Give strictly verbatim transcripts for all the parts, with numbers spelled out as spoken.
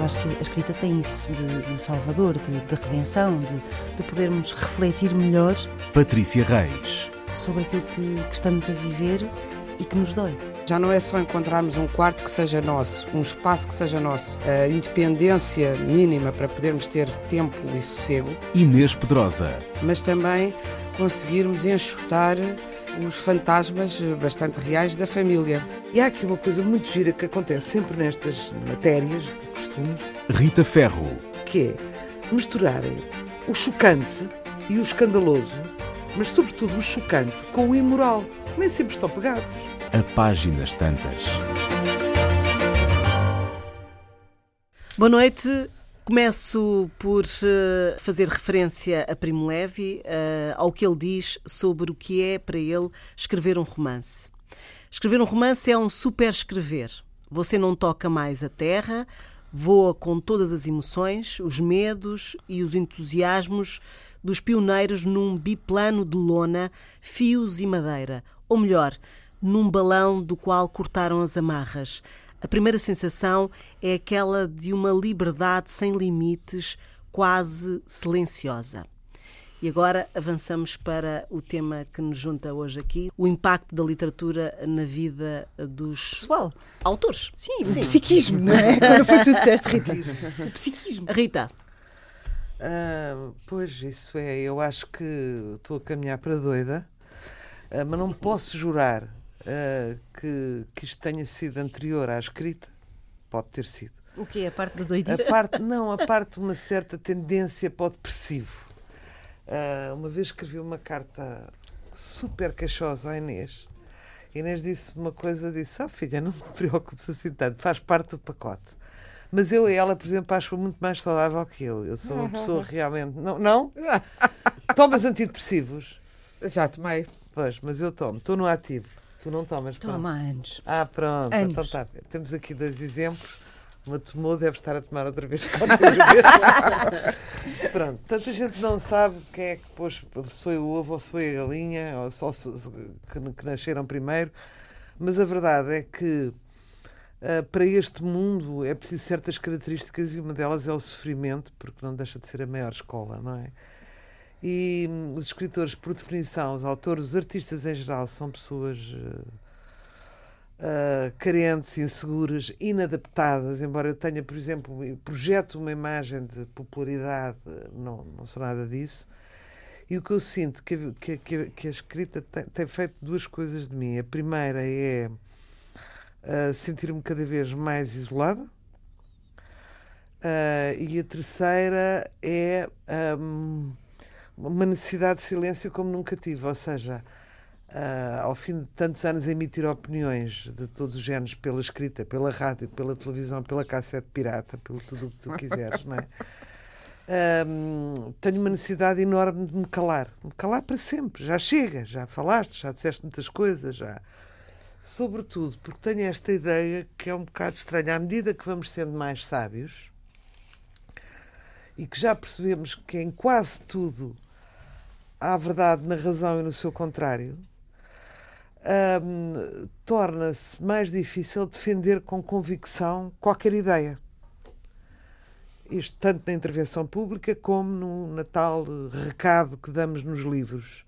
acho que a escrita tem isso, de, de salvador, de, de redenção, de, de podermos refletir melhor Patrícia Reis. Sobre aquilo que, que estamos a viver e que nos dói. Já não é só encontrarmos um quarto que seja nosso, um espaço que seja nosso, a independência mínima para podermos ter tempo e sossego. Inês Pedrosa. Mas também conseguirmos enxutar os fantasmas bastante reais da família. E há aqui uma coisa muito gira que acontece sempre nestas matérias de costumes. Rita Ferro. Que é misturarem o chocante e o escandaloso, mas sobretudo o chocante com o imoral. Nem sempre estão pegados. A páginas tantas. Boa noite. Começo por uh, fazer referência a Primo Levi, uh, ao que ele diz sobre o que é para ele escrever um romance. Escrever um romance é um super escrever. Você não toca mais a terra, voa com todas as emoções, os medos e os entusiasmos dos pioneiros num biplano de lona, fios e madeira, ou melhor, num balão do qual cortaram as amarras. A primeira sensação é aquela de uma liberdade sem limites, quase silenciosa. E agora avançamos para o tema que nos junta hoje aqui, o impacto da literatura na vida dos pessoal, autores. Sim, sim. O psiquismo, não é? Quando foi que tu disseste, Rita? O psiquismo. Rita. Ah, pois, isso é, eu acho que estou a caminhar para doida, ah, mas não posso jurar Uh, que, que isto tenha sido anterior à escrita. Pode ter sido. O quê? A parte da doidice? A parte, não, a parte de uma certa tendência para o depressivo. Uh, uma vez escrevi uma carta super queixosa à Inês. A Inês disse uma coisa, disse, oh filha, não te preocupes assim tanto, faz parte do pacote. Mas eu e ela, por exemplo, acho muito mais saudável que eu. Eu sou uma pessoa realmente... Não? Não? Tomas antidepressivos? Já tomei. Pois, mas eu tomo. Estou no ativo. Tu não tomas, pronto. Toma anos. Ah, pronto. Anos. Então está a ver. Temos aqui dois exemplos. Uma tomou, deve estar a tomar outra vez. Pronto. Tanta gente não sabe quem é que pôs, se foi o ovo ou se foi a galinha, ou só se, que, que nasceram primeiro. Mas a verdade é que uh, para este mundo é preciso certas características e uma delas é o sofrimento, porque não deixa de ser a maior escola, não é? E hum, os escritores, por definição, os autores, os artistas em geral, são pessoas uh, uh, carentes, inseguras, inadaptadas, embora eu tenha, por exemplo, projeto uma imagem de popularidade, não, não sou nada disso. E o que eu sinto que, que, que, que a escrita tem, tem feito duas coisas de mim. A primeira é uh, sentir-me cada vez mais isolada. Uh, e a terceira é... Um, uma necessidade de silêncio como nunca tive, ou seja, uh, ao fim de tantos anos a emitir opiniões de todos os géneros pela escrita, pela rádio, pela televisão, pela cassete pirata, pelo tudo o que tu quiseres, não é? Um, tenho uma necessidade enorme de me calar, me calar para sempre, já chega, já falaste, já disseste muitas coisas, já... Sobretudo porque tenho esta ideia que é um bocado estranha, à medida que vamos sendo mais sábios e que já percebemos que em quase tudo há verdade na razão e no seu contrário, hum, torna-se mais difícil defender com convicção qualquer ideia. Isto tanto na intervenção pública como no, na tal recado que damos nos livros.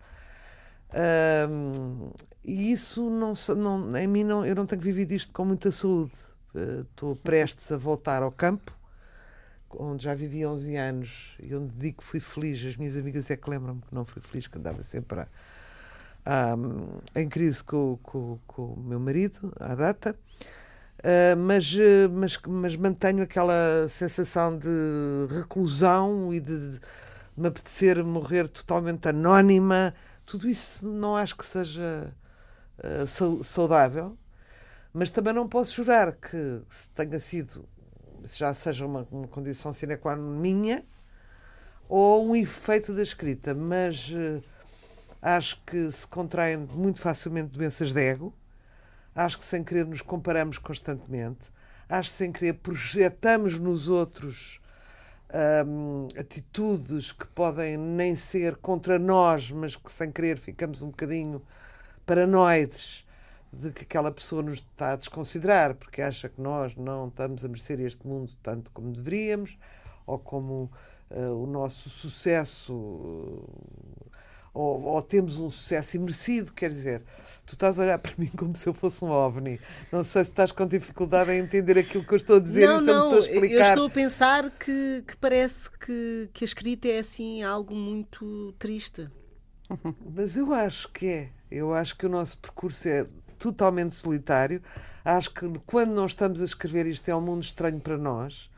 Hum, e isso, não, não, em mim, não, eu não tenho vivido isto com muita saúde. Uh, estou prestes a voltar ao campo, onde já vivi onze anos e onde digo que fui feliz. As minhas amigas é que lembram-me que não fui feliz, que andava sempre a, a, em crise com, com, com o meu marido, à data, uh, mas, mas, mas mantenho aquela sensação de reclusão e de, de me apetecer morrer totalmente anónima. Tudo isso não acho que seja uh, saudável, mas também não posso jurar que se tenha sido, já seja uma, uma condição sine qua non minha ou um efeito da escrita, mas uh, acho que se contraem muito facilmente doenças de ego, acho que sem querer nos comparamos constantemente, acho que sem querer projetamos nos outros um, atitudes que podem nem ser contra nós, mas que sem querer ficamos um bocadinho paranoides de que aquela pessoa nos está a desconsiderar, porque acha que nós não estamos a merecer este mundo tanto como deveríamos, ou como uh, o nosso sucesso, uh, ou, ou temos um sucesso imerecido, quer dizer, tu estás a olhar para mim como se eu fosse um ovni. Não sei se estás com dificuldade em entender aquilo que eu estou a dizer não, e se eu não, me estou a explicar. Eu estou a pensar que, que parece que, que a escrita é assim algo muito triste. Mas eu acho que é. Eu acho que o nosso percurso é totalmente solitário. Acho que quando nós estamos a escrever isto é um mundo estranho para nós.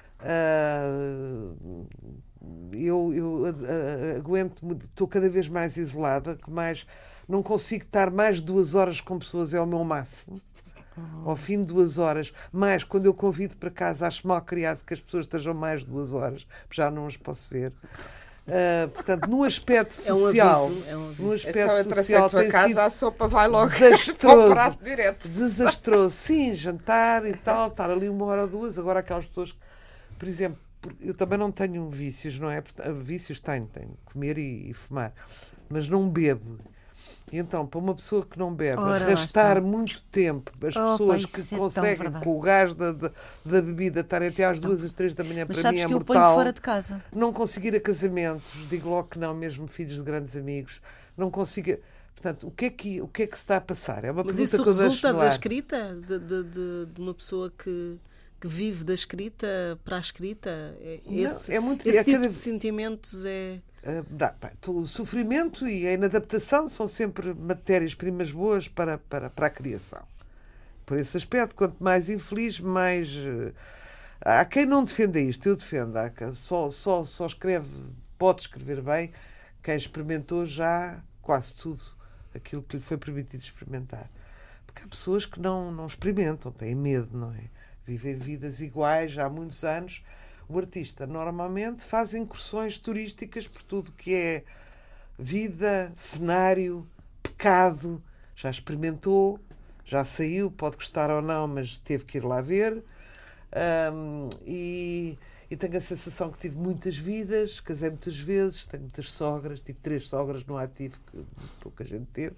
Uh, eu eu uh, aguento-me, estou cada vez mais isolada, mais, não consigo estar mais de duas horas com pessoas, é o meu máximo. Oh. Ao fim de duas horas, mais quando eu convido para casa, acho mal criado que as pessoas estejam mais de duas horas, já não as posso ver. Uh, portanto, no aspecto social, é um aviso, é um aviso. no aspecto Então, social a tua tem casa, sido a sopa vai logo desastroso, para o prato direto. desastroso, sim, jantar e tal, estar ali uma hora ou duas. Agora aquelas pessoas, por exemplo, eu também não tenho vícios, não é? Vícios tenho, tenho comer e, e fumar, mas não bebo. E então, para uma pessoa que não bebe, Ora, arrastar muito tempo as Oh, pessoas pá, que isso é conseguem, tão verdade. com o gás da, da, da bebida, estarem até às duas, às três da manhã, Mas para mim sabes é que eu ponho mortal. fora de casa. Não conseguir a casamentos, digo logo que não, mesmo filhos de grandes amigos, não consigo. Portanto, o que é que, o que, é que se está a passar? É uma Mas pergunta isso que eu deixo resulta no da ar. escrita? De, de, de, de uma pessoa que, que vive da escrita para a escrita? É, esse Não, é muito, esse é tipo cada- de sentimentos é... Ah, dá, pá, o sofrimento e a inadaptação são sempre matérias-primas boas para, para, para a criação. Por esse aspecto, quanto mais infeliz, mais. eh, Há quem não defenda isto, eu defendo. Há quem só, só, só escreve, pode escrever bem, quem experimentou já quase tudo aquilo que lhe foi permitido experimentar. Porque há pessoas que não, não experimentam, têm medo, não é? Vivem vidas iguais já há muitos anos. O artista normalmente faz incursões turísticas por tudo que é vida, cenário, pecado. Já experimentou, já saiu, pode gostar ou não, mas teve que ir lá ver. Um, e, e tenho a sensação que tive muitas vidas, casei muitas vezes, tenho muitas sogras, tive três sogras no ativo que pouca gente teve.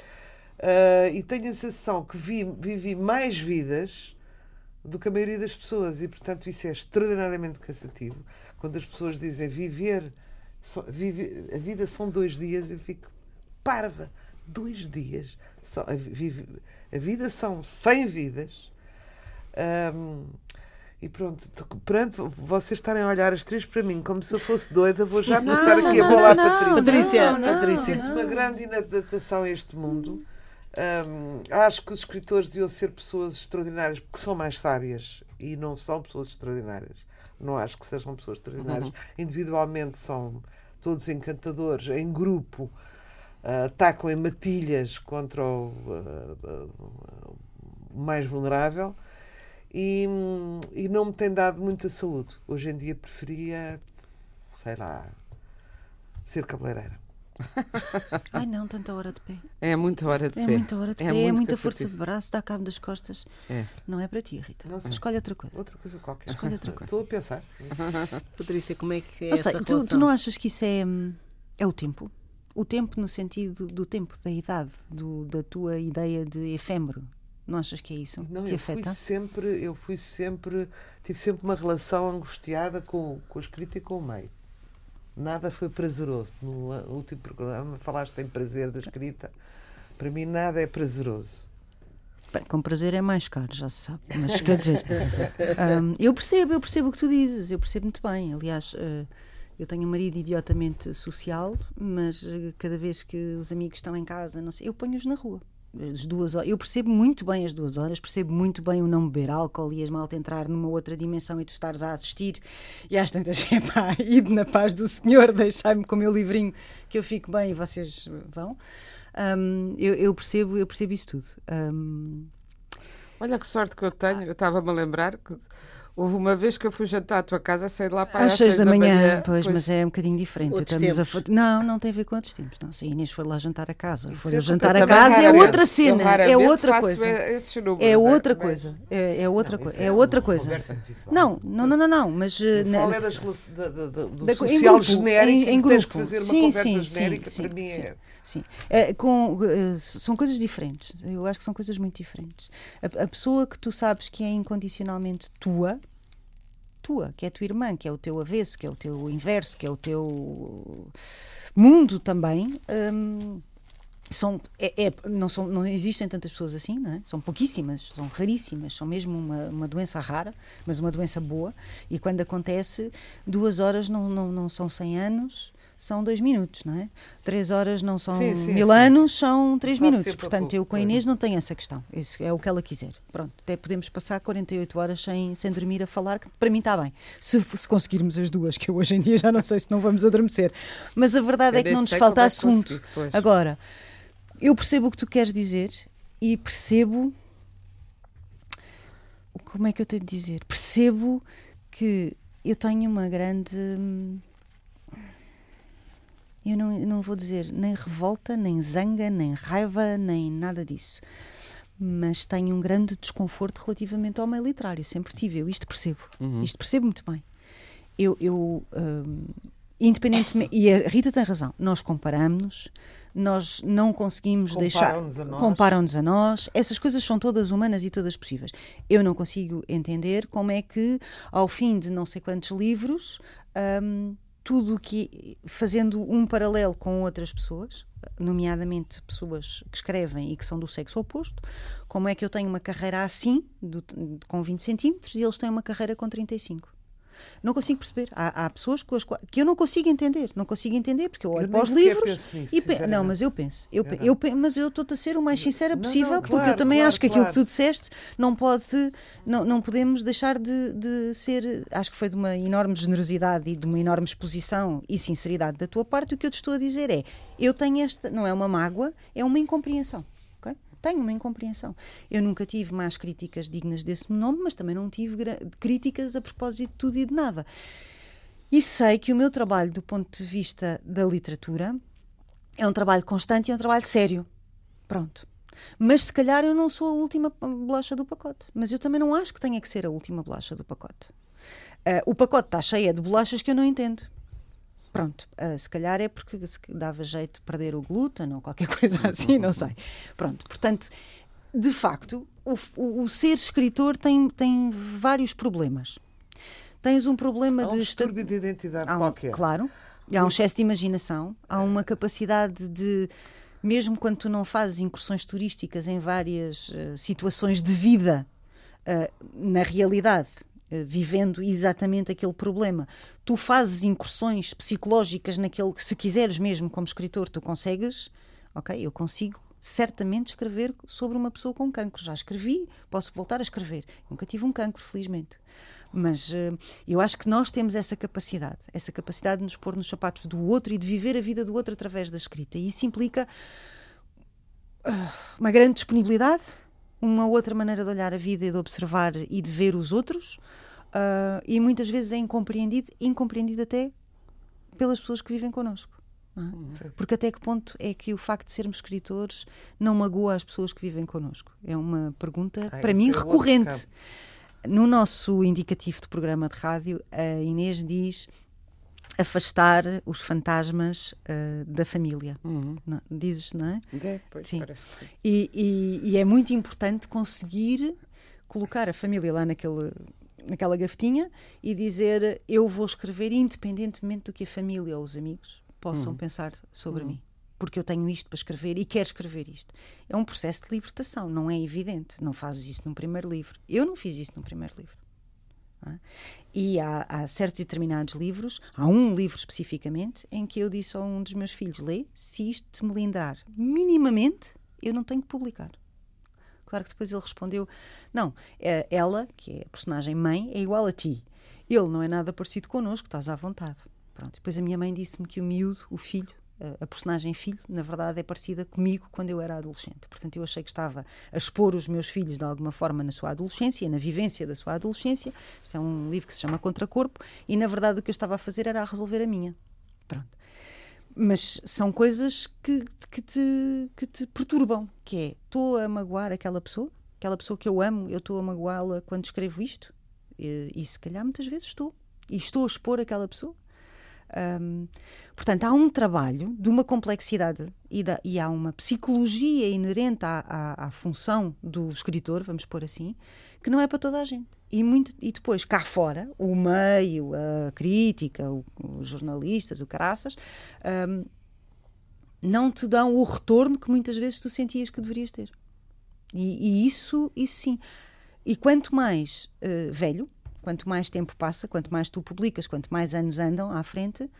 Uh, e tenho a sensação que vi, vivi mais vidas do que a maioria das pessoas e, portanto, isso é extraordinariamente cansativo. Quando as pessoas dizem viver, só, vive, a vida são dois dias, eu fico parva. Dois dias. Só, a, vive, a vida são cem vidas. Um, e pronto, perante vocês estarem a olhar as três para mim como se eu fosse doida, vou já começar Não, aqui a não, bolar não, a Patrícia. Patrícia, não, não, Patrícia. Sinto uma grande inadaptação a este mundo. Um, acho que os escritores deviam ser pessoas extraordinárias porque são mais sábias e não são pessoas extraordinárias. Não acho que sejam pessoas extraordinárias. Uhum. Individualmente são todos encantadores. Em grupo uh, atacam em matilhas contra o, uh, uh, o mais vulnerável e, e não me tem dado muita saúde. Hoje em dia preferia, sei lá, ser cabeleireira. Ai não, tanta hora de pé. É muita hora de É pé. muita hora de pé, é, muito muita cansativo. força de braço, dá cabo das costas. É. Não é para ti, Rita. Não sei. Escolhe outra coisa. Outra coisa qualquer. Escolhe outra coisa. Estou a pensar. Patrícia, como é que é Não sei, essa tu, relação? tu não achas que isso é, hum, é o tempo? O tempo no sentido do tempo, da idade, do, da tua ideia de efêmero. Não achas que é isso? Não, Te eu fui afeta? sempre, eu fui sempre, tive sempre uma relação angustiada com, com a escrita e com o meio. Nada foi prazeroso. No último programa falaste em prazer da escrita. Para mim nada é prazeroso. Bem, com prazer é mais caro, já se sabe. Mas quer dizer, hum, eu percebo, eu percebo o que tu dizes, eu percebo muito bem. Aliás, uh, eu tenho um marido idiotamente social, mas uh, cada vez que os amigos estão em casa, não sei, eu ponho-os na rua. As duas horas. Eu percebo muito bem as duas horas, percebo muito bem o não beber álcool e as malta entrar numa outra dimensão e tu estares a assistir e às tantas, epá, ide na paz do Senhor, deixai-me com o meu livrinho que eu fico bem e vocês vão. Um, eu, eu, percebo, eu percebo isso tudo. Um... Olha que sorte que eu tenho. Eu estava-me a lembrar que Houve uma vez que eu fui jantar à tua casa, saí de lá para Às seis da manhã, pois, pois. mas é um bocadinho diferente. Outros Estamos a tempos. fa- Não, não tem a ver com outros tempos. Não, se a Inês for lá jantar a casa, for é eu jantar a Também casa, é raramente- outra cena, eu é raramente outra faço coisa. esses números, É outra mas- coisa. É, é outra Não, coisa. isso É uma outra coisa. conversa individual. Não, não, não, não, não, mas eh, Eu na- falo é das, relações- da, da, da, do Da- em social grupo, genérico em- em, em que tens que grupo. fazer uma Sim, conversa sim, genérica, sim, para mim sim. é... Sim. É, com, eh, são coisas diferentes. Eu acho que são coisas muito diferentes. A, a pessoa que tu sabes que é incondicionalmente tua, tua, que é a tua irmã, que é o teu avesso, que é o teu inverso, que é o teu mundo também, hum, são, é, é- não, são, não existem tantas pessoas assim, não é? São pouquíssimas, são raríssimas, são mesmo uma, uma doença rara, mas uma doença boa, e quando acontece, duas horas não, não, não são cem anos, são dois minutos, não é? Três horas não são Sim, sim, mil sim. anos, são três Sabe minutos. sempre a Portanto, pouco, eu com a pois. Inês não tenho essa questão. Isso é o que ela quiser. Pronto, até podemos passar quarenta e oito horas sem, sem dormir a falar, que para mim está bem. Se, se conseguirmos as duas, que eu hoje em dia já não sei se não vamos adormecer. Mas a verdade Eu é que nem não nos sei falta como é que assunto. consegui, pois. Agora, eu percebo o que tu queres dizer e percebo. Como é que eu tenho de dizer? Percebo que eu tenho uma grande. hum, Eu não, eu não vou dizer nem revolta, nem zanga, nem raiva, nem nada disso. Mas tenho um grande desconforto relativamente ao meio literário. Sempre tive, eu isto percebo. Uhum. Isto percebo muito bem. Eu, eu hum, independentemente, e a Rita tem razão, nós comparamos-nos, nós não conseguimos deixar. Comparam-nos a nós. Comparam-nos a nós. Essas coisas são todas humanas e todas possíveis. Eu não consigo entender como é que, ao fim de não sei quantos livros, hum, tudo o que, fazendo um paralelo com outras pessoas, nomeadamente pessoas que escrevem e que são do sexo oposto, como é que eu tenho uma carreira assim, do- com vinte centímetros, e eles têm uma carreira com trinta e cinco. Não consigo perceber. Há, há pessoas com as quais, que eu não consigo entender. Não consigo entender porque eu olho Eu para os nem sequer livros penso nisso, e pe- sinceramente. não, mas eu penso. Eu, Eu pe- não. eu pe- mas eu estou-te a ser o mais sincera Não, possível, não, porque eu claro, também claro, acho que aquilo claro. que tu disseste não pode, não, não podemos deixar de, de ser. Acho que foi de uma enorme generosidade e de uma enorme exposição e sinceridade da tua parte. O que eu te estou a dizer é: eu tenho esta, não é uma mágoa, é uma incompreensão. Ok? Tenho uma incompreensão. Eu nunca tive más críticas dignas desse nome, mas também não tive gra- críticas a propósito de tudo e de nada. E sei que o meu trabalho, do ponto de vista da literatura, é um trabalho constante e é um trabalho sério. Pronto. Mas se calhar eu não sou a última bolacha do pacote. Mas eu também não acho que tenha que ser a última bolacha do pacote. Ah, o pacote está cheio de bolachas que eu não entendo. Pronto, ah, se calhar é porque se dava jeito de perder o glúten ou qualquer coisa assim, não sei. Pronto, portanto, de facto, o, o- o ser escritor tem, tem vários problemas. Tens um problema Há um de... distúrbio de identidade Há um- qualquer. Claro, há um excesso de imaginação, há uma capacidade de, mesmo quando tu não fazes incursões turísticas em várias eh, situações de vida, eh, na realidade, eh, vivendo exatamente aquele problema, tu fazes incursões psicológicas naquele, se quiseres mesmo como escritor, tu consegues, ok, eu consigo certamente escrever sobre uma pessoa com cancro. Já escrevi, posso voltar a escrever. Nunca tive um cancro, felizmente. Mas uh, eu acho que nós temos essa capacidade, essa capacidade de nos pôr nos sapatos do outro e de viver a vida do outro através da escrita. E isso implica uh, uma grande disponibilidade, uma outra maneira de olhar a vida e de observar e de ver os outros, uh, e muitas vezes é incompreendido, incompreendido até pelas pessoas que vivem connosco. Não é? Porque até que ponto é que o facto de sermos escritores não magoa as pessoas que vivem connosco? É uma pergunta, Ah, para esse mim, é outro recorrente. campo. No nosso indicativo de programa de rádio, a Inês diz afastar os fantasmas uh, da família. Uhum. Não, dizes, não é? É, pois, Sim. parece que sim. E, e- e é muito importante conseguir colocar a família lá naquele, naquela gavetinha e dizer: eu vou escrever independentemente do que a família ou os amigos possam pensar sobre mim. Porque eu tenho isto para escrever e quero escrever isto. É um processo de libertação, não é evidente. Não fazes isso num primeiro livro. Eu não fiz isso num primeiro livro. Não é? E há, há certos e determinados livros, há um livro especificamente, em que eu disse a um dos meus filhos: lê, se isto te melindrar minimamente, eu não tenho que publicar. Claro que depois ele respondeu: não, é, ela, que é a personagem mãe, é igual a ti. Ele não é nada parecido connosco, estás à vontade. Pronto. Depois a minha mãe disse-me que o miúdo, o filho, A personagem filho, na verdade, é parecida comigo quando eu era adolescente. Portanto, eu achei que estava a expor os meus filhos de alguma forma na sua adolescência, na vivência da sua adolescência. Isto é um livro que se chama Contracorpo e, na verdade, o que eu estava a fazer era a resolver a minha. Pronto. Mas são coisas que, que, te, que te perturbam, que é, estou a magoar aquela pessoa, aquela pessoa que eu amo, eu estou a magoá-la quando escrevo isto? E, e se calhar muitas vezes estou. E estou a expor aquela pessoa. Um, portanto, há um trabalho de uma complexidade e, da, e há uma psicologia inerente à, à, à função do escritor, vamos pôr assim, que não é para toda a gente. E, muito, e depois, cá fora, o meio, a crítica, o, os jornalistas, o caraças, um, não te dão o retorno que muitas vezes tu sentias que deverias ter. E, e isso, isso sim. E quanto mais uh, velho, quanto mais tempo passa, quanto mais tu publicas, quanto mais anos andam à frente,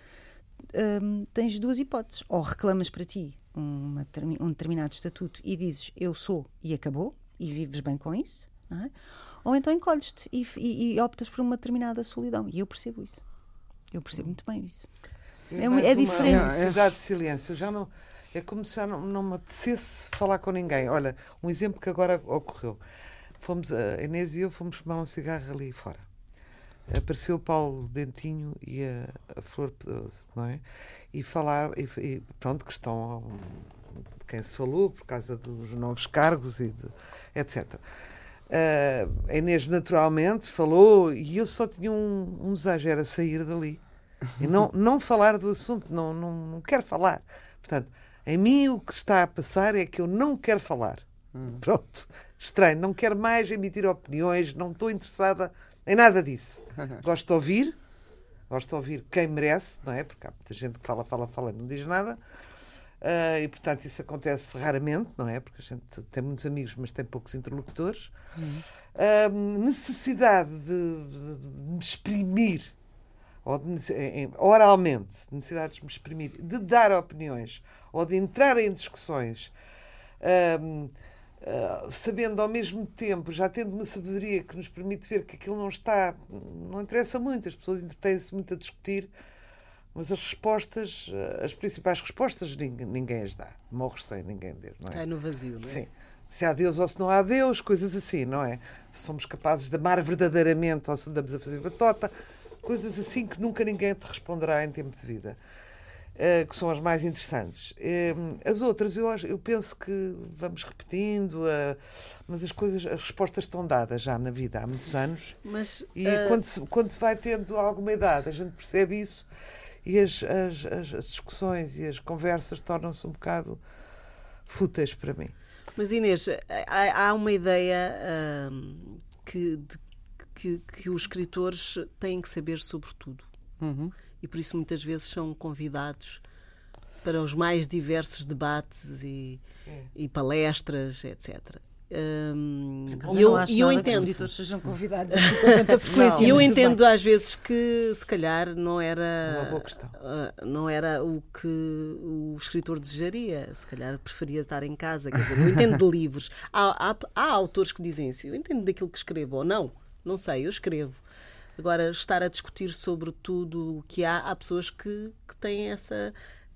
um, tens duas hipóteses. Ou reclamas para ti uma, um determinado estatuto e dizes eu sou e acabou, e vives bem com isso, não é? Ou então encolhes-te e, e, e optas por uma determinada solidão. E eu percebo isso. Eu percebo muito bem isso. É, é, é diferente. Uma necessidade de silêncio. Já não, é como se já não, não me apetecesse falar com ninguém. Olha, um exemplo que agora ocorreu. Fomos, a Inês e eu fomos fumar um cigarro ali fora. Apareceu o Paulo Dentinho e a, a Flor Pedroso, não é? E falar, e, e pronto, que estão de quem se falou por causa dos novos cargos e de, etcétera. Uh, a Inês naturalmente falou e eu só tinha um, um desejo, era sair dali e não, não falar do assunto, não, não, não quero falar. Portanto, em mim o que está a passar é que eu não quero falar. Hum. Pronto, estranho, não quero mais emitir opiniões, não estou interessada em nada disso. Gosto de ouvir, gosto de ouvir quem merece, não é? Porque há muita gente que fala, fala, fala e não diz nada. Uh, e, portanto, isso acontece raramente, não é? Porque a gente tem muitos amigos, mas tem poucos interlocutores. Uhum. Uh, necessidade de, de, de me exprimir, ou de, em, oralmente, necessidade de me exprimir, de dar opiniões, ou de entrar em discussões, uh, Uh, sabendo ao mesmo tempo, já tendo uma sabedoria que nos permite ver que aquilo não está, não interessa muito, as pessoas entretêm-se muito a discutir, mas as respostas, as principais respostas, ninguém, ninguém as dá. Morres sem ninguém der, não é? É no vazio, não é? Sim. Se há Deus ou se não há Deus, coisas assim, não é? Se somos capazes de amar verdadeiramente ou se andamos a fazer batota, coisas assim que nunca ninguém te responderá em tempo de vida. Uh, que são as mais interessantes. Uh, as outras, eu, eu penso que vamos repetindo, uh, mas as coisas, as respostas estão dadas já na vida há muitos anos. Mas, e uh... quando, se, quando se vai tendo alguma idade, a gente percebe isso e as, as, as, as discussões e as conversas tornam-se um bocado fúteis para mim. Mas Inês, há, há uma ideia uh, que, de, que, que os escritores têm que saber sobre tudo. Uhum. E por isso muitas vezes são convidados para os mais diversos debates e, é. e palestras, etcétera. Um, e eu, e eu entendo que os escritores sejam convidados assim, com tanta frequência. E eu entendo às vezes que se calhar não era uma boa questão. Uh, não era o que o escritor desejaria, se calhar preferia estar em casa. Quer dizer, eu entendo de livros. Há, há, há autores que dizem assim, eu entendo daquilo que escrevo ou não, não sei, eu escrevo. Agora, estar a discutir sobre tudo o que há, há pessoas que, que têm essa,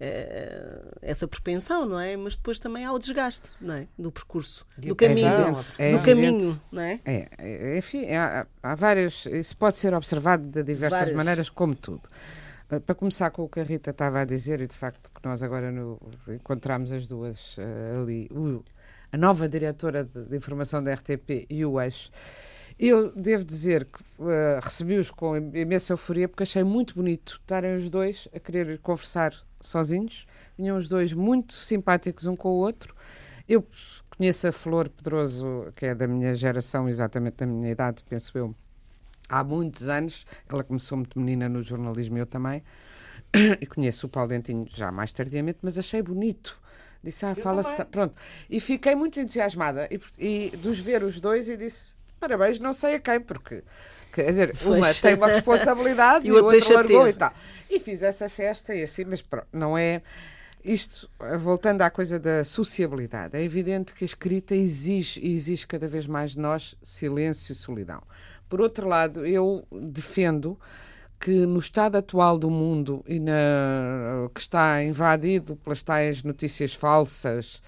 é, essa propensão, não é? Mas depois também há o desgaste, não é? Do percurso, e do caminho, é do caminho, não é? É, é enfim, há, há várias, isso pode ser observado de diversas várias. maneiras, como tudo. Para começar com o que a Rita estava a dizer, e de facto que nós agora no, encontramos as duas uh, ali, o, a nova diretora de, de informação da R T P e o Eixo. Eu devo dizer que uh, recebi-os com imensa euforia porque achei muito bonito estarem os dois a querer conversar sozinhos. Vinham os dois muito simpáticos um com o outro. Eu conheço a Flor Pedroso, que é da minha geração, exatamente da minha idade, penso eu, há muitos anos. Ela começou muito menina no jornalismo, eu também. E conheço o Paulo Dentinho já mais tardiamente, mas achei bonito. Disse, ah, fala-se... Pronto. E fiquei muito entusiasmada e, e de os ver os dois e disse... Parabéns, não sei a quem, porque, quer dizer, uma pois. tem uma responsabilidade e o outro largou e tal. E fiz essa festa e assim, mas pronto, não é... Isto, voltando à coisa da sociabilidade, é evidente que a escrita exige, exige cada vez mais de nós silêncio e solidão. Por outro lado, eu defendo que no estado atual do mundo e na, que está invadido pelas tais notícias falsas,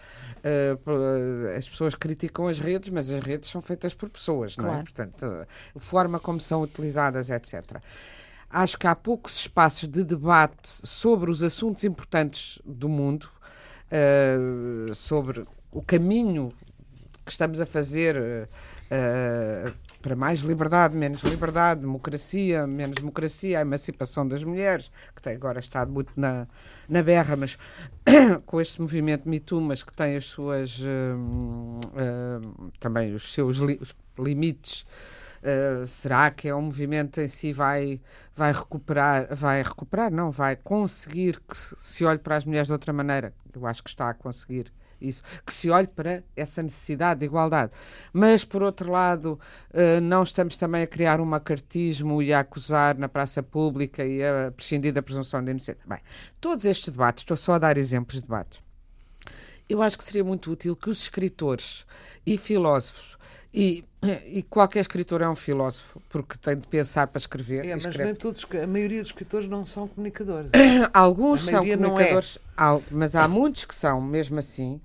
uh, as pessoas criticam as redes, mas as redes são feitas por pessoas, não é? Claro. Portanto, a forma como são utilizadas, etcétera. Acho que há poucos espaços de debate sobre os assuntos importantes do mundo, uh, sobre o caminho que estamos a fazer uh, para mais liberdade, menos liberdade, democracia, menos democracia, a emancipação das mulheres, que tem agora estado muito na, na berra, mas com este movimento Me Too, mas que tem as suas uh, uh, também os seus li- os limites. Uh, será que é um movimento em si vai vai recuperar, vai recuperar, não, vai conseguir que se olhe para as mulheres de outra maneira? Eu acho que está a conseguir isso, que se olhe para essa necessidade de igualdade. Mas, por outro lado, uh, não estamos também a criar um macartismo e a acusar na praça pública e a prescindir da presunção de inocência. Bem, todos estes debates, estou só a dar exemplos de debates, eu acho que seria muito útil que os escritores e filósofos E, e qualquer escritor é um filósofo, porque tem de pensar para escrever. É, mas escreve. nem todos, a maioria dos escritores não são comunicadores. Alguns a são não comunicadores, é. há, mas há muitos que são, mesmo assim,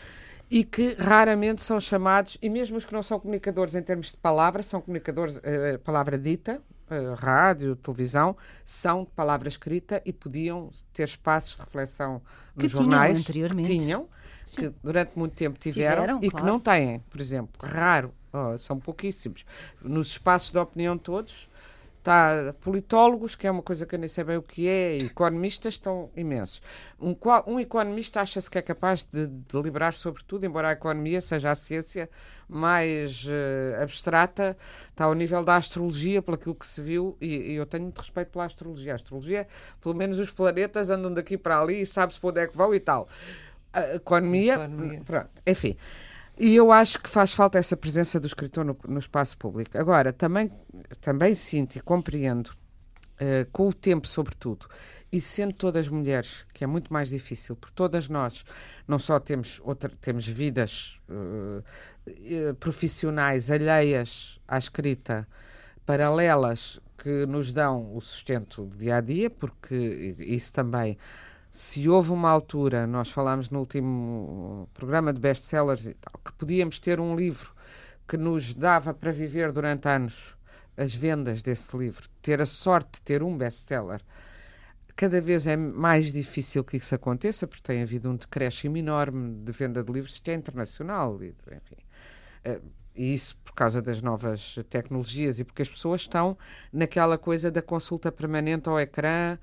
e que raramente são chamados, e mesmo os que não são comunicadores em termos de palavra, são comunicadores, uh, palavra dita, uh, rádio, televisão, são de palavra escrita e podiam ter espaços de reflexão nos que jornais. Tinham anteriormente. Que tinham. Sim. Que durante muito tempo tiveram, Tiveram, e claro. que não têm, por exemplo, raro, oh, são pouquíssimos. Nos espaços de opinião todos, está politólogos, que é uma coisa que eu nem sei bem o que é, e economistas estão imensos. Um, um economista acha-se que é capaz de deliberar sobre tudo, embora a economia seja a ciência mais uh, abstrata, está ao nível da astrologia, pelo aquilo que se viu, e, e eu tenho muito respeito pela astrologia. A astrologia, pelo menos os planetas andam daqui para ali e sabe-se para onde é que vão e tal. A economia, economia. Pronto, enfim. E eu acho que faz falta essa presença do escritor no, no espaço público. Agora, também, também sinto e compreendo, uh, com o tempo sobretudo, e sendo todas mulheres, que é muito mais difícil, porque todas nós não só temos, outra, temos vidas uh, uh, profissionais alheias à escrita, paralelas, que nos dão o sustento do dia-a-dia, porque isso também... Se houve uma altura, nós falámos no último programa de best-sellers e tal, que podíamos ter um livro que nos dava para viver durante anos as vendas desse livro, ter a sorte de ter um best-seller, cada vez é mais difícil que isso aconteça, porque tem havido um decréscimo enorme de venda de livros que é internacional, e, enfim... E isso por causa das novas tecnologias e porque as pessoas estão naquela coisa da consulta permanente ao ecrã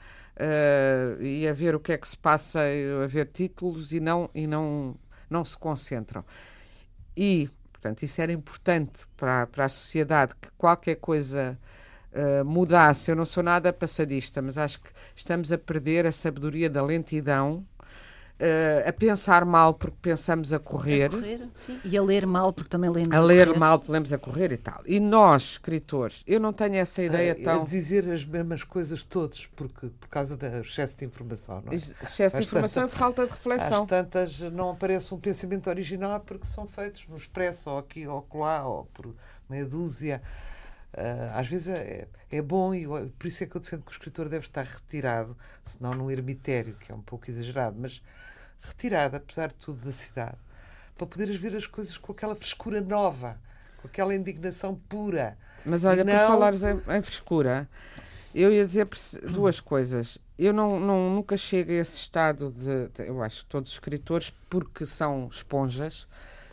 uh, e a ver o que é que se passa, a ver títulos e não, e não, não se concentram. E, portanto, isso era importante para, para a sociedade, que qualquer coisa uh, mudasse. Eu não sou nada passadista, mas acho que estamos a perder a sabedoria da lentidão, Uh, a pensar mal porque pensamos a correr, a correr sim. E a ler mal porque também lemos a, a ler correr. mal porque lemos a correr e tal. E nós, escritores, eu não tenho essa ideia é, tão... A dizer as mesmas coisas todos, porque, por causa do excesso de informação, não é? Excesso de informação tantas, e falta de reflexão. Às tantas não aparece um pensamento original porque são feitos no Expresso, ou aqui, ou acolá, ou por meia dúzia. Uh, às vezes é, é bom, e eu, por isso é que eu defendo que o escritor deve estar retirado, senão num ermitério, que é um pouco exagerado, mas retirado, apesar de tudo, da cidade, para poderes ver as coisas com aquela frescura nova, com aquela indignação pura. Mas olha, não... por falares em, em frescura, eu ia dizer duas coisas. Eu não, não, nunca chego a esse estado de, de... Eu acho que todos os escritores, porque são esponjas,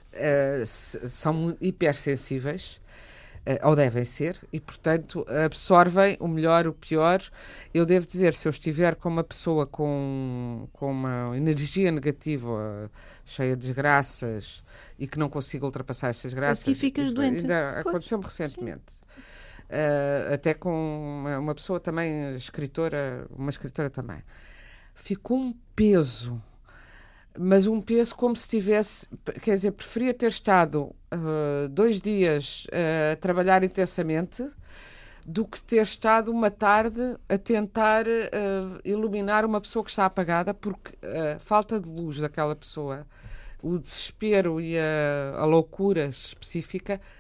uh, são hipersensíveis, Uh, ou devem ser, e portanto absorvem o melhor, o pior. Eu devo dizer, se eu estiver com uma pessoa com, com uma energia negativa, cheia de desgraças, e que não consiga ultrapassar essas graças, que ficas doente. Ainda aconteceu-me recentemente. Uh, até com uma, uma pessoa também, escritora, uma escritora também. Ficou um peso, mas um peso como se tivesse, quer dizer, preferia ter estado uh, dois dias uh, a trabalhar intensamente do que ter estado uma tarde a tentar uh, iluminar uma pessoa que está apagada, porque a falta de luz daquela pessoa, o desespero e a, a loucura específica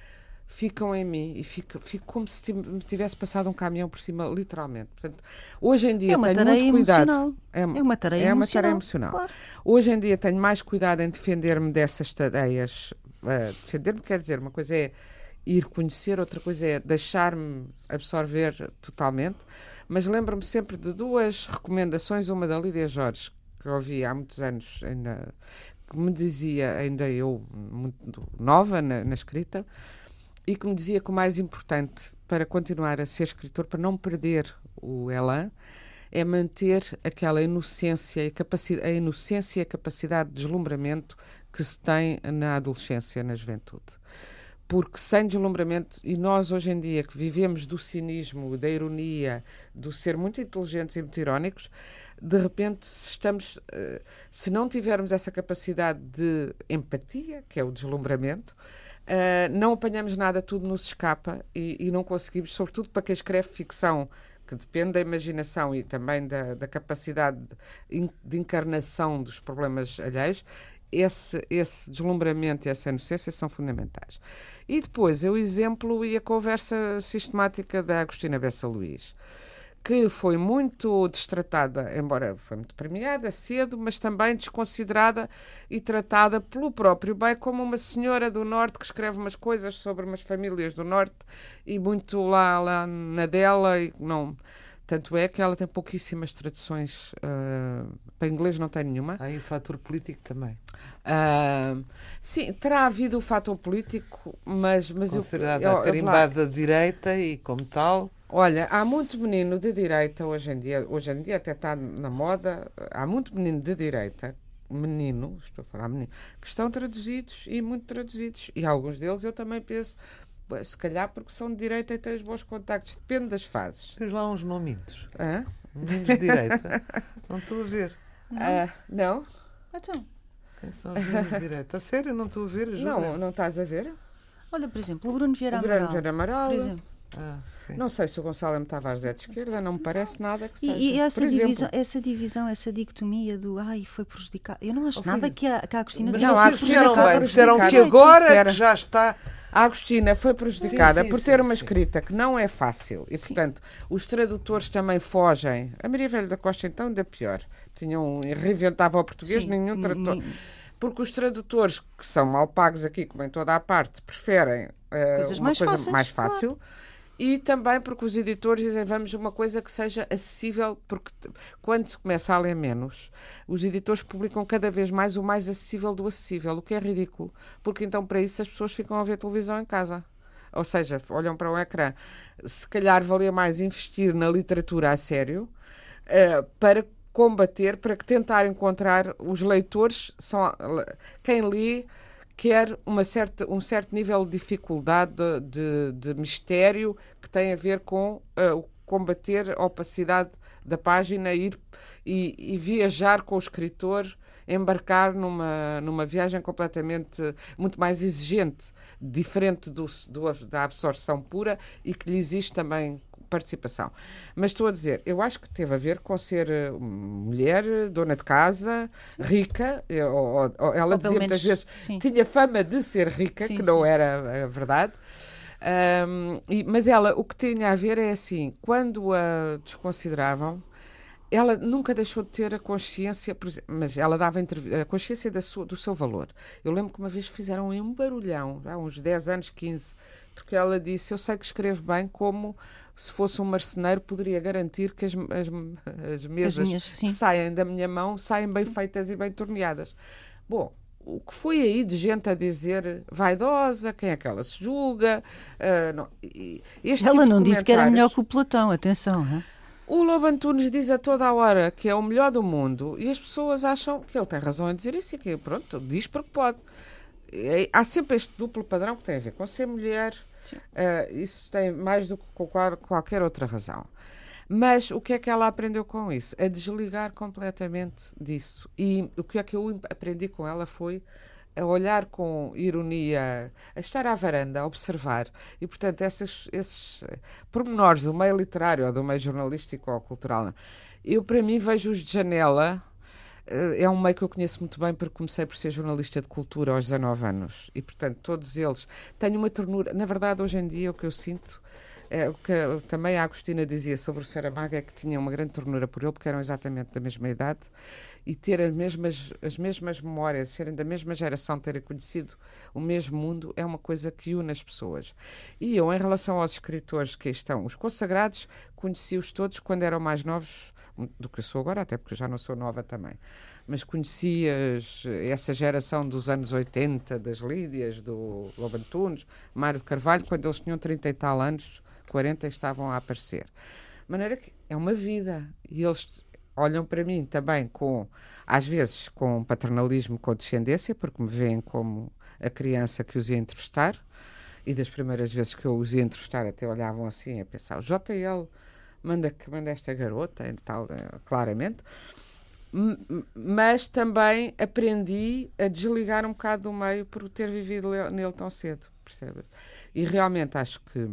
ficam em mim e fico, fico como se me tivesse passado um caminhão por cima, literalmente. Portanto, hoje em dia é uma tenho tarefa muito cuidado. Emocional. É, é uma tarefa é uma emocional. tarefa emocional. Claro. Hoje em dia tenho mais cuidado em defender-me dessas tareias. Uh, defender-me quer dizer, uma coisa é ir conhecer, outra coisa é deixar-me absorver totalmente. Mas lembro-me sempre de duas recomendações, uma da Lídia Jorge, que eu ouvi há muitos anos, ainda, que me dizia, ainda eu muito nova na, na escrita, e que me dizia que o mais importante para continuar a ser escritor, para não perder o elan, é manter aquela inocência e capacidade, a inocência e a capacidade de deslumbramento que se tem na adolescência, na juventude. Porque sem deslumbramento, e nós hoje em dia que vivemos do cinismo, da ironia, do ser muito inteligentes e muito irónicos, de repente, se estamos, se não tivermos essa capacidade de empatia, que é o deslumbramento, não apanhamos nada, tudo nos escapa e, e não conseguimos, sobretudo para quem escreve ficção, que depende da imaginação e também da, da capacidade de, de encarnação dos problemas alheios, esse, esse deslumbramento e essa inocência são fundamentais. E depois, o exemplo e a conversa sistemática da Agostina Bessa Luís, que foi muito destratada, embora foi muito premiada cedo, mas também desconsiderada e tratada pelo próprio bem como uma senhora do Norte que escreve umas coisas sobre umas famílias do Norte e muito lá, lá na dela. E não, tanto é que ela tem pouquíssimas traduções, uh, para inglês não tem nenhuma. Há aí o fator político também. Uh, sim, terá havido o fator político, mas... mas considerada eu, eu, a carimbada da direita e como tal... Olha, há muito menino de direita hoje em dia, hoje em dia até está na moda, há muito menino de direita, menino, estou a falar menino, que estão traduzidos e muito traduzidos. E alguns deles eu também penso, se calhar porque são de direita e têm os bons contactos, depende das fases. Tens lá uns nominhos. Hã? Meninos de direita. Não estou a ver. Não? Uh, não? Então. Quem são os meninos de direita? A sério, não estou a ver? Ajuda. Não, não estás a ver? Olha, por exemplo, o Bruno Vieira o Amaral. Bruno Vieira Amaral. Por exemplo. Ah, não sei se o Gonçalo M. Tavares é de esquerda, não me parece nada que seja. E, e essa, por divisão, essa divisão, essa dicotomia do ai, foi prejudicado. Eu não acho oh, nada que a, que a Agostina... Mas não, vocês a fizeram bem, fizeram que agora que já está... A Agostina foi prejudicada sim, sim, por ter sim, uma sim. escrita que não é fácil. E, portanto, os tradutores também fogem. A Maria Velho da Costa, então, ainda pior. Tinham, reinventava o português, sim, nenhum tradutor... Porque os tradutores, que são mal pagos aqui, como em toda a parte, preferem uh, Coisas uma mais coisa fáceis, mais fácil. Claro. E também porque os editores dizem, vamos uma coisa que seja acessível, porque quando se começa a ler menos, os editores publicam cada vez mais o mais acessível do acessível, o que é ridículo, porque então para isso as pessoas ficam a ver televisão em casa. Ou seja, olham para um ecrã. Se calhar valia mais investir na literatura a sério, uh, para combater, para tentar encontrar os leitores, são, quem lê quer uma certa, um certo nível de dificuldade, de, de, de mistério que tem a ver com uh, combater a opacidade da página, ir e, e viajar com o escritor, embarcar numa, numa viagem completamente, muito mais exigente, diferente do, do, da absorção pura e que lhe existe também participação. Mas estou a dizer, eu acho que teve a ver com ser uh, mulher, dona de casa, sim. rica, ou, ou, ela ou dizia muitas vezes, sim. tinha fama de ser rica, sim, que não sim. era a verdade. Um, e, mas ela, o que tinha a ver é assim, quando a desconsideravam, ela nunca deixou de ter a consciência, mas ela dava a consciência da sua, do seu valor. Eu lembro que uma vez fizeram um barulhão, há uns dez anos, quinze, porque ela disse, eu sei que escrevo bem, como se fosse um marceneiro poderia garantir que as, as, as mesas as minhas, que saem da minha mão saem bem feitas e bem torneadas. Bom, o que foi aí de gente a dizer vaidosa, quem é que ela se julga? Uh, não, este ela tipo não de disse que era melhor que o Platão, atenção. Hein? O Lobo Antunes diz a toda a hora que é o melhor do mundo e as pessoas acham que ele tem razão em dizer isso e que, pronto, diz porque pode. É, há sempre este duplo padrão que tem a ver com ser mulher, uh, isso tem mais do que com qualquer outra razão. Mas o que é que ela aprendeu com isso? A desligar completamente disso. E o que é que eu aprendi com ela foi a olhar com ironia, a estar à varanda, a observar. E, portanto, esses, esses pormenores do meio literário ou do meio jornalístico ou cultural, eu, para mim, vejo-os de janela é um meio que eu conheço muito bem porque comecei por ser jornalista de cultura aos dezanove anos e, portanto, todos eles têm uma ternura. Na verdade, hoje em dia, o que eu sinto é o que também a Agostina dizia sobre o Saramago, é que tinha uma grande ternura por ele porque eram exatamente da mesma idade e ter as mesmas, as mesmas memórias, serem da mesma geração, terem conhecido o mesmo mundo, é uma coisa que une as pessoas. E eu, em relação aos escritores que aí estão, os consagrados, conheci-os todos quando eram mais novos do que eu sou agora, até porque eu já não sou nova também. Mas conheci as, essa geração dos anos oitenta, das Lídias, do Lobo Antunes, Mário de Carvalho, quando eles tinham trinta e tal anos, quarenta, estavam a aparecer. De maneira que é uma vida. E eles olham para mim também com, às vezes, com paternalismo, com descendência, porque me veem como a criança que os ia entrevistar. E das primeiras vezes que eu os ia entrevistar até olhavam assim a pensar, o J L manda que manda esta garota e tal, claramente. Mas também aprendi a desligar um bocado do meio por ter vivido nele tão cedo, percebe? E realmente acho que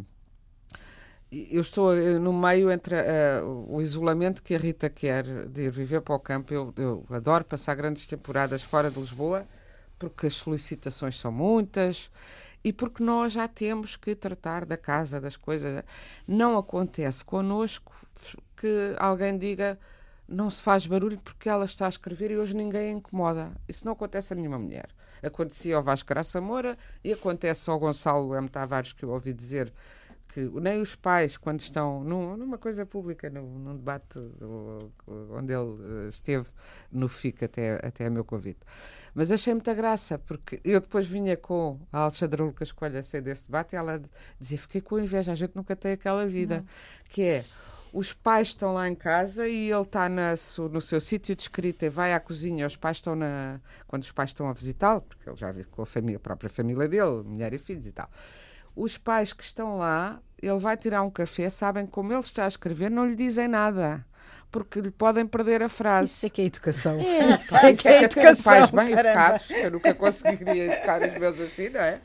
eu estou no meio entre uh, o isolamento que a Rita quer de ir viver para o campo. Eu, eu adoro passar grandes temporadas fora de Lisboa porque as solicitações são muitas e porque nós já temos que tratar da casa, das coisas. Não acontece connosco que alguém diga não se faz barulho porque ela está a escrever e hoje ninguém a incomoda. Isso não acontece a nenhuma mulher. Acontecia ao Vasco Graça Moura e acontece ao Gonçalo M. Tavares, que eu ouvi dizer que nem os pais, quando estão num, numa coisa pública, num, num debate do, onde ele esteve no F I C até, até a meu convite. Mas achei muita graça, porque eu depois vinha com a Alexandra Lucas Coelho a sair desse debate e ela dizia, fiquei com inveja, a gente nunca tem aquela vida. Não. Que é, os pais estão lá em casa e ele está na, no seu sítio de escrita e vai à cozinha, os pais estão na... Quando os pais estão a visitá-lo, porque ele já vive com a, família, a própria família dele, mulher e filhos e tal. Os pais que estão lá, ele vai tirar um café, sabem como ele está a escrever, não lhe dizem nada, porque lhe podem perder a frase. Isso é que é educação. É, isso é que é educação. Pais bem educados, eu nunca conseguiria educar os meus assim, não é?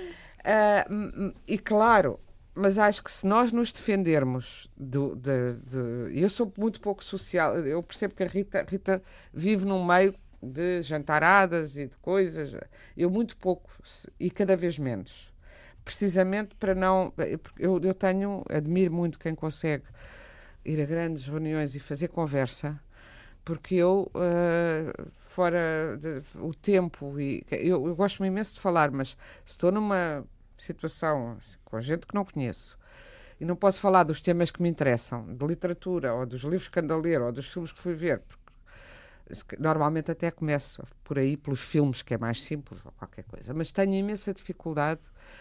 Uh, e claro, mas acho que se nós nos defendermos do, de, de... Eu sou muito pouco social, eu percebo que a Rita, Rita vive num meio de jantaradas e de coisas, eu muito pouco e cada vez menos. Precisamente para não... Eu, eu tenho, admiro muito quem consegue ir a grandes reuniões e fazer conversa, porque eu, uh, fora de, o tempo, e eu, eu gosto imenso de falar, mas se estou numa situação assim, com gente que não conheço e não posso falar dos temas que me interessam, de literatura, ou dos livros que ando a ler, ou dos filmes que fui ver, porque normalmente até começo por aí pelos filmes, que é mais simples, ou qualquer coisa, mas tenho imensa dificuldade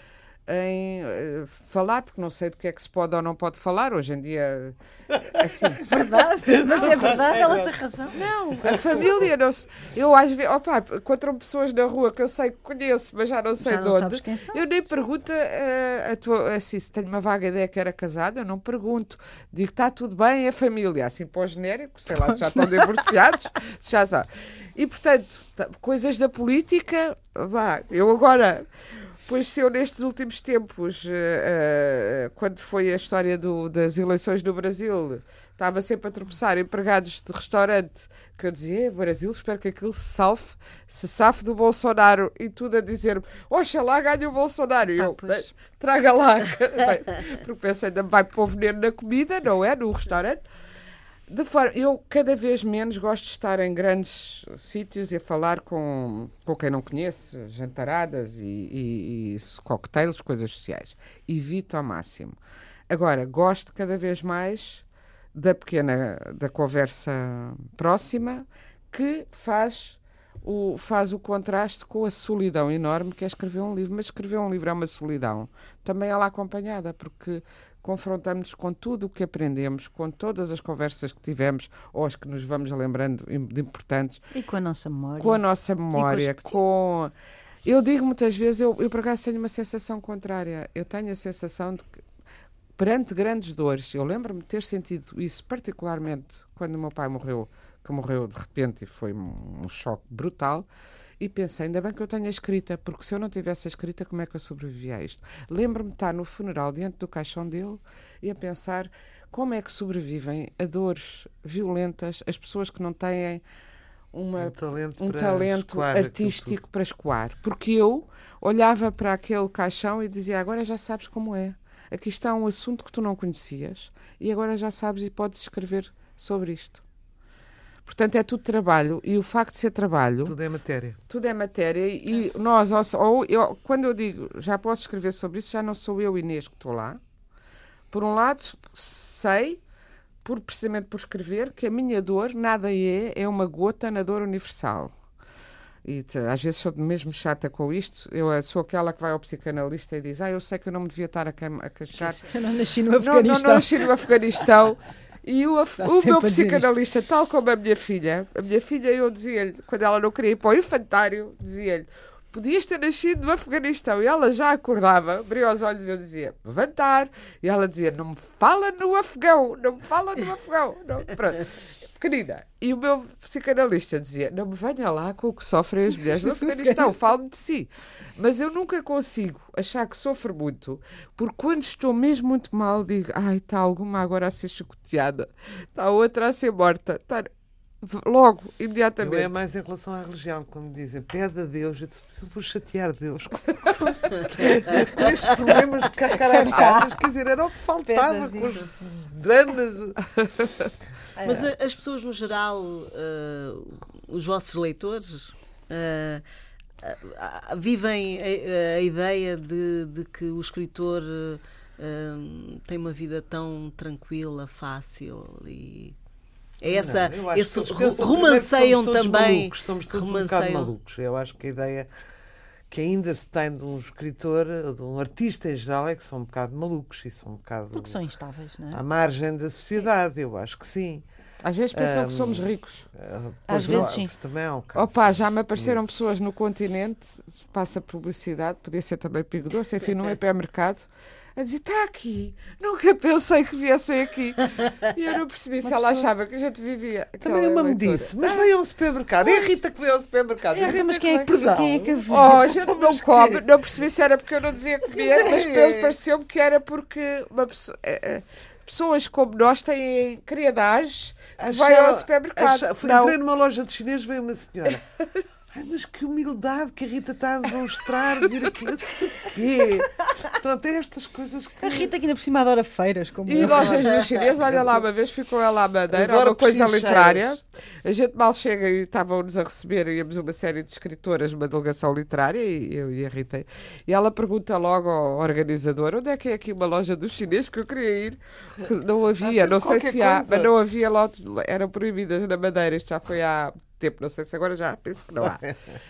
em uh, falar, porque não sei do que é que se pode ou não pode falar hoje em dia. Assim. Verdade, mas é verdade, ela tem razão. Não, a família, não se, eu às vezes, opa, encontram pessoas na rua que eu sei que conheço, mas já não sei já de não onde. Quem são. Eu nem pergunto uh, a tua, assim, se tenho uma vaga ideia que era casada, eu não pergunto. Digo, está tudo bem, é família, assim para o genérico, sei lá pois se já não. Estão divorciados, se já sabe. E portanto, coisas da política, vá, eu agora. Pois se eu nestes últimos tempos, uh, uh, quando foi a história do, das eleições no Brasil, estava sempre a tropeçar empregados de restaurante, que eu dizia, Brasil, espero que aquilo se salve, se safe do Bolsonaro, e tudo a dizer-me, oxalá ganha o Bolsonaro. E eu, ah, traga lá. Bem, porque pensei, ainda vai pôr veneno na comida, não é? No restaurante. De forma, eu cada vez menos gosto de estar em grandes sítios e a falar com, com quem não conhece, jantaradas e, e, e cocktails, coisas sociais. Evito ao máximo. Agora, gosto cada vez mais da pequena, da conversa próxima, que faz o, faz o contraste com a solidão enorme que é escrever um livro. Mas escrever um livro é uma solidão também ela acompanhada, porque confrontamos-nos com tudo o que aprendemos, com todas as conversas que tivemos, ou as que nos vamos lembrando de importantes. E com a nossa memória. Com a nossa memória, com... com... Eu digo muitas vezes, eu, eu por acaso tenho uma sensação contrária. Eu tenho a sensação de que, perante grandes dores, eu lembro-me de ter sentido isso particularmente quando o meu pai morreu, que morreu de repente e foi um, um choque brutal. E pensei, ainda bem que eu tenho a escrita, porque se eu não tivesse a escrita, como é que eu sobrevivia a isto? Lembro-me de estar no funeral, diante do caixão dele, e a pensar como é que sobrevivem a dores violentas as pessoas que não têm uma, um talento, um para, talento escoar artístico para escoar. Porque eu olhava para aquele caixão e dizia, agora já sabes como é. Aqui está um assunto que tu não conhecias e agora já sabes e podes escrever sobre isto. Portanto, é tudo trabalho, e o facto de ser trabalho... Tudo é matéria. Tudo é matéria, e nós, ou eu, quando eu digo já posso escrever sobre isso, já não sou eu, Inês, que estou lá. Por um lado, sei, por, precisamente por escrever, que a minha dor nada é, é uma gota na dor universal. E às vezes sou mesmo chata com isto. Eu sou aquela que vai ao psicanalista e diz, ah, eu sei que eu não me devia estar a, a queixar. Eu não nasci no Afeganistão. Não, não, não nasci no Afeganistão. E o, o meu psicanalista, tal como a minha filha, a minha filha, eu dizia-lhe, quando ela não queria ir para o infantário, dizia-lhe, podias ter nascido no Afeganistão. E ela já acordava, abria os olhos e eu dizia, levantar. E ela dizia, não me fala no afegão, não me fala no afegão. Não, pronto. Pequenina. E o meu psicanalista dizia, não me venha lá com o que sofrem as mulheres no Afeganistão, fale-me de si. Mas eu nunca consigo achar que sofro muito, porque quando estou mesmo muito mal, digo, ai, está alguma agora a ser chicoteada, está outra a ser morta, está... Logo, imediatamente. Eu é mais em relação à religião, como dizem, pede a Deus, eu disse, se eu vou chatear Deus com estes problemas de caracteres, quer dizer, era o que faltava com os dramas. Mas a, as pessoas no geral, uh, os vossos leitores, uh, uh, uh, vivem a, a ideia de, de que o escritor uh, tem uma vida tão tranquila, fácil e... É essa, não, esse romanceiam também. Malucos, somos todos romanceiam. um bocado malucos. Eu acho que a ideia que ainda se tem de um escritor, de um artista em geral, é que são um bocado malucos e são um bocado. Porque são instáveis, não é? À margem da sociedade, eu acho que sim. Às vezes pensam um, que somos ricos. Uh, Às vezes sim. Também é um caso. Opa, já me apareceram pessoas no continente, passa publicidade, podia ser também Pingo Doce, enfim, no hipermercado, a dizer, está aqui, nunca pensei que viessem aqui. E eu não percebi se ela achava que a gente vivia. Também uma me disse, mas veio ao supermercado. É a Rita que veio ao supermercado. É, é, mas quem é que, quem é que viu? Oh, a gente não come, não percebi se era porque eu não devia comer, mas pareceu-me que era porque uma pessoa, é, pessoas como nós têm criadagem que vai ao supermercado. Acha, foi, entrei numa loja de chinês, veio uma senhora. Ai, mas que humildade que a Rita está a demonstrar de vir aqui. Eu disse, o quê? Pronto, é estas coisas que... A Rita que ainda por cima adora feiras. Como e eu. lojas de chinês, olha lá, uma vez ficou ela à Madeira, uma coisa literária. A gente mal chega e estavam-nos a receber, íamos uma série de escritoras numa delegação literária, e eu e a Rita. E ela pergunta logo ao organizador, onde é que é aqui uma loja dos chineses que eu queria ir? Que não havia, não sei se há, mas não havia lá, eram proibidas na Madeira, isto já foi há... tempo, não sei se agora já, penso que não há.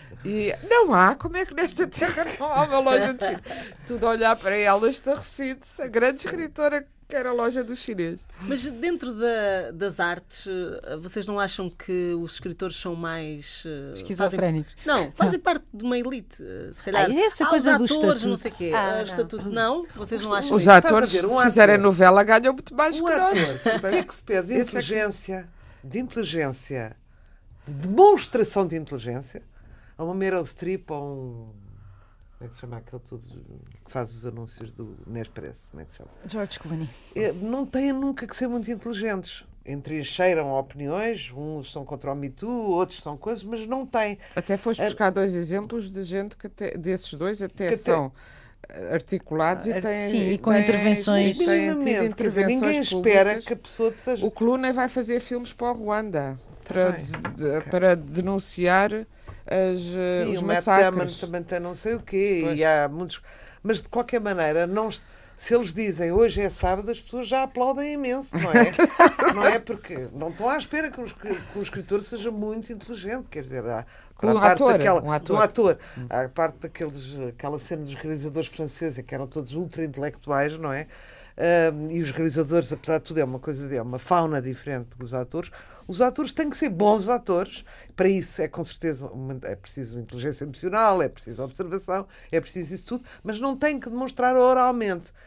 E não há, como é que nesta terra não há uma loja de chinês? Tudo a olhar para ela estarrecido, a grande escritora que era a loja do chinês. Mas dentro da, das artes, vocês não acham que os escritores são mais... esquizofrénicos? Fazem, não, fazem não. parte de uma elite. Se calhar, ah, essa coisa os do atores, estatuto. não sei o quê. Ah, não. Estatuto, não? Vocês não acham Os isso? atores, ver, um se fizerem ator. novela, ganham muito mais um que nós. O que é que se pede? De inteligência, de inteligência, de demonstração de inteligência, a uma Meryl Streep ou um... Como é que se chama aquele tudo que faz os anúncios do Nespresso? Como é que se chama? George Clooney. Não têm nunca que ser muito inteligentes. Entrincheiram opiniões, uns são contra o Me Too, outros são coisas, mas não têm. Até foste buscar dois exemplos de gente que até, desses dois até que são até... articulados e têm... Sim, e com têm, intervenções... Mas minimamente, quer dizer, ninguém espera que a pessoa seja... O Clooney vai fazer filmes para o Ruanda, para, Também. de, de, para denunciar as, Sim, os o Matt massacres. Damon também tem não sei o quê, Pois. e há muitos... Mas, de qualquer maneira, não... se eles dizem hoje é sábado, as pessoas já aplaudem imenso, não é? Não é porque não estão à espera que um, que um escritor seja muito inteligente, quer dizer, há, Um a parte ator, daquela, um ator. um ator, a parte daqueles, aquela cena dos realizadores franceses, que eram todos ultra intelectuais, não é? Um, e os realizadores, apesar de tudo, é uma coisa, é uma fauna diferente dos atores. Os atores têm que ser bons atores. Para isso é com certeza uma, é preciso inteligência emocional, é preciso observação, é preciso isso tudo, mas não têm que demonstrar oralmente.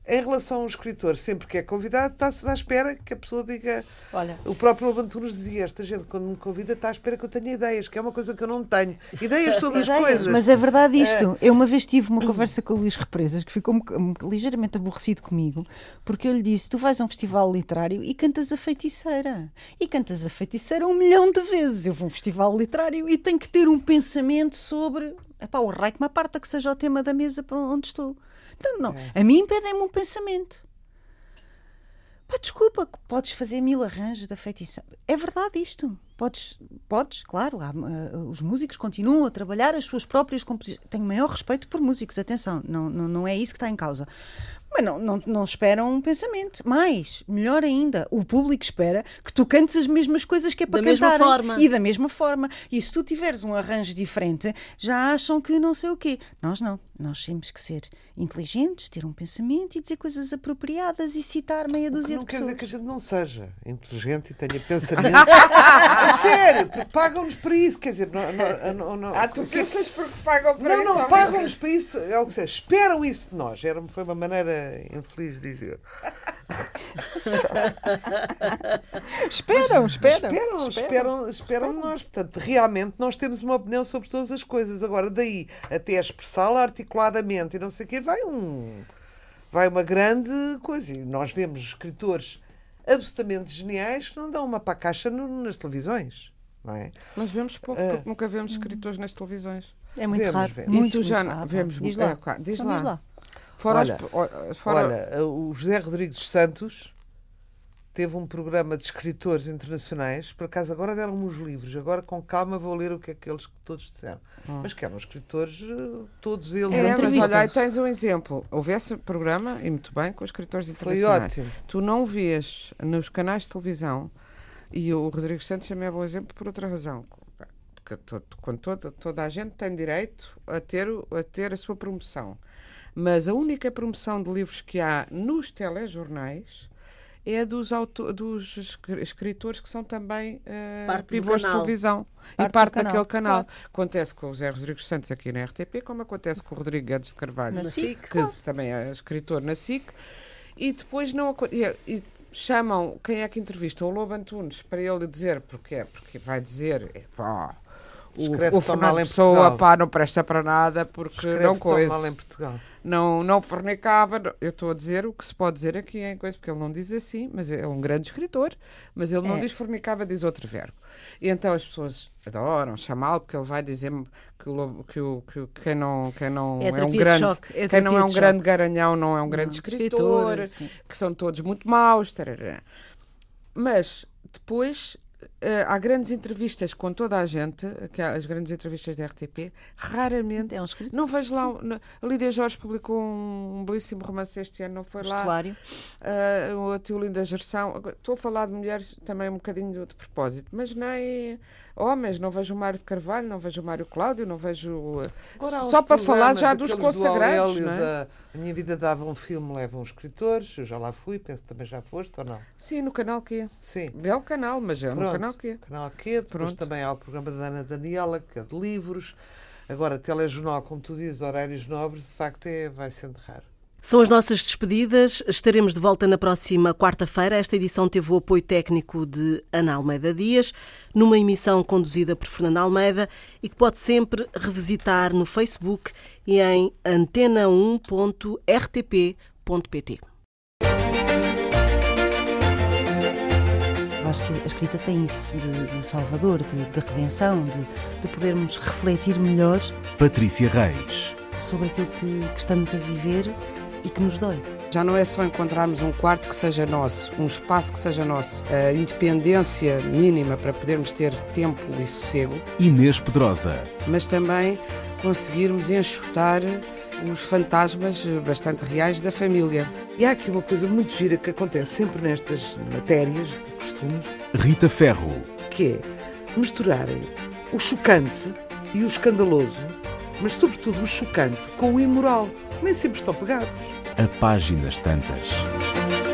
em relação ao escritor, sempre que é convidado, está-se à espera que a pessoa diga... Olha, o próprio Labantunes dizia, esta gente, quando me convida, está à espera que eu tenha ideias, que é uma coisa que eu não tenho. Ideias sobre as coisas. Mas é verdade isto. Eu uma vez tive uma conversa com o Luís Represas, que ficou um, um, ligeiramente aborrecido comigo, porque eu lhe disse, tu vais a um festival literário e cantas a feiticeira. E cantas a feiticeira um milhão de vezes. Eu vou a um festival literário e tenho que ter um pensamento sobre... Epá, o raio que me aparta que seja o tema da mesa para onde estou. Não, não. É. A mim impedem-me um pensamento. Pá, desculpa, podes fazer mil arranjos da feiticeira. É verdade isto. Podes, podes claro. Há, uh, os músicos continuam a trabalhar as suas próprias composições. Tenho maior respeito por músicos, atenção. Não, não, não é isso que está em causa. Mas não, não, não esperam um pensamento. Mais, melhor ainda, o público espera que tu cantes as mesmas coisas que é para da cantar. Mesma forma. E da mesma forma. E se tu tiveres um arranjo diferente, já acham que não sei o quê. Nós não. Nós temos que ser inteligentes, ter um pensamento e dizer coisas apropriadas e citar meia dúzia de pessoas. Não quer dizer que a gente não seja inteligente e tenha pensamento. É sério, porque pagam-nos para isso. Quer dizer, não... não, não, não ah, tu porque... pensas porque pagam para não, isso? Não, não, pagam-nos para isso. É o que seja. Esperam isso de nós. Era, foi uma maneira infeliz de dizer. esperam, Mas, esperam, esperam, esperam, esperam de nós. Portanto, realmente nós temos uma opinião sobre todas as coisas. Agora, daí até expressá-la articuladamente e não sei o quê, vai um vai uma grande coisa. E nós vemos escritores absolutamente geniais que não dão uma pacacha no, nas televisões, não é? Mas vemos pouco, Uh, porque nunca vemos escritores nas televisões. É muito vemos, raro. vemos. Muito, e tu já muito raro. vemos Diz é, lá. claro, diz, Então, lá. diz lá. Fora olha, as, fora... olha, o José Rodrigues Santos teve um programa de escritores internacionais. Por acaso agora deram-me os livros. Agora com calma vou ler o que é que eles todos disseram. Hum. Mas que eram escritores, todos eles. É, mas olha, aí tens um exemplo. Houve esse programa, e muito bem, com os escritores internacionais. Foi ótimo. Tu não vês nos canais de televisão, e o Rodrigues Santos também é bom exemplo por outra razão. Porque todo, quando toda, toda a gente tem direito a ter, a ter a sua promoção. Mas a única promoção de livros que há nos telejornais é dos, auto, dos escritores que são também uh, pivôs de televisão parte e parte daquele canal. Claro. Acontece com o José Rodrigues Santos aqui na R T P, como acontece com o Rodrigo Guedes de Carvalho, na SIC, que claro. também é escritor na SIC, e depois não e, e chamam quem é que entrevista o Lobo Antunes para ele dizer porque porque vai dizer pá, o, o Fernando Pessoa pá, não presta para nada porque Escreve não coisa. Mal em Portugal. Não, não fornicava. Eu estou a dizer o que se pode dizer aqui em coisa, porque ele não diz assim, mas é um grande escritor, mas ele não é. diz fornicava, diz outro verbo. E então as pessoas adoram chamá-lo, porque ele vai dizer que, o, que, o, que quem não, quem não é, é um grande é quem não é um choque. grande garanhão não é um grande não, escritor, escritor que são todos muito maus. Tarará. Mas depois Uh, há grandes entrevistas com toda a gente, que há as grandes entrevistas da R T P, raramente. É um não vejo lá. Na, a Lídia Jorge publicou um, um belíssimo romance este ano, não foi lá? Vestuário. Uh, a Teolinda Gerção. Estou a falar de mulheres também um bocadinho de propósito, mas nem homens. Não vejo o Mário de Carvalho, não vejo o Mário Cláudio, não vejo. Agora, só para falar já dos consagrados. Do não é? da, a Minha Vida Dava um Filme, levam escritores. Eu já lá fui, penso que também já foste ou não? Sim, no canal Q. Sim. Belo canal, mas é no Pronto. canal Q. Canal Q, depois Pronto. Também há o programa da Ana Daniela, que é de livros. Agora, telejornal, como tu dizes, horários nobres, de facto é, vai sendo raro. São as nossas despedidas. Estaremos de volta na próxima quarta-feira. Esta edição teve o apoio técnico de Ana Almeida Dias, numa emissão conduzida por Fernando Almeida e que pode sempre revisitar no Facebook e em antena um ponto r t p ponto p t. Acho que a escrita tem isso de, de salvador, de, de redenção, de, de podermos refletir melhor Patrícia Reis. Sobre aquilo que, que estamos a viver e que nos dói. Já não é só encontrarmos um quarto que seja nosso, um espaço que seja nosso, a independência mínima para podermos ter tempo e sossego. Inês Pedrosa. Mas também conseguirmos enxutar os fantasmas bastante reais da família. E há aqui uma coisa muito gira que acontece sempre nestas matérias de costumes. Rita Ferro. Que é misturarem o chocante e o escandaloso, mas sobretudo o chocante com o imoral. Nem sempre estão pegados. A páginas tantas.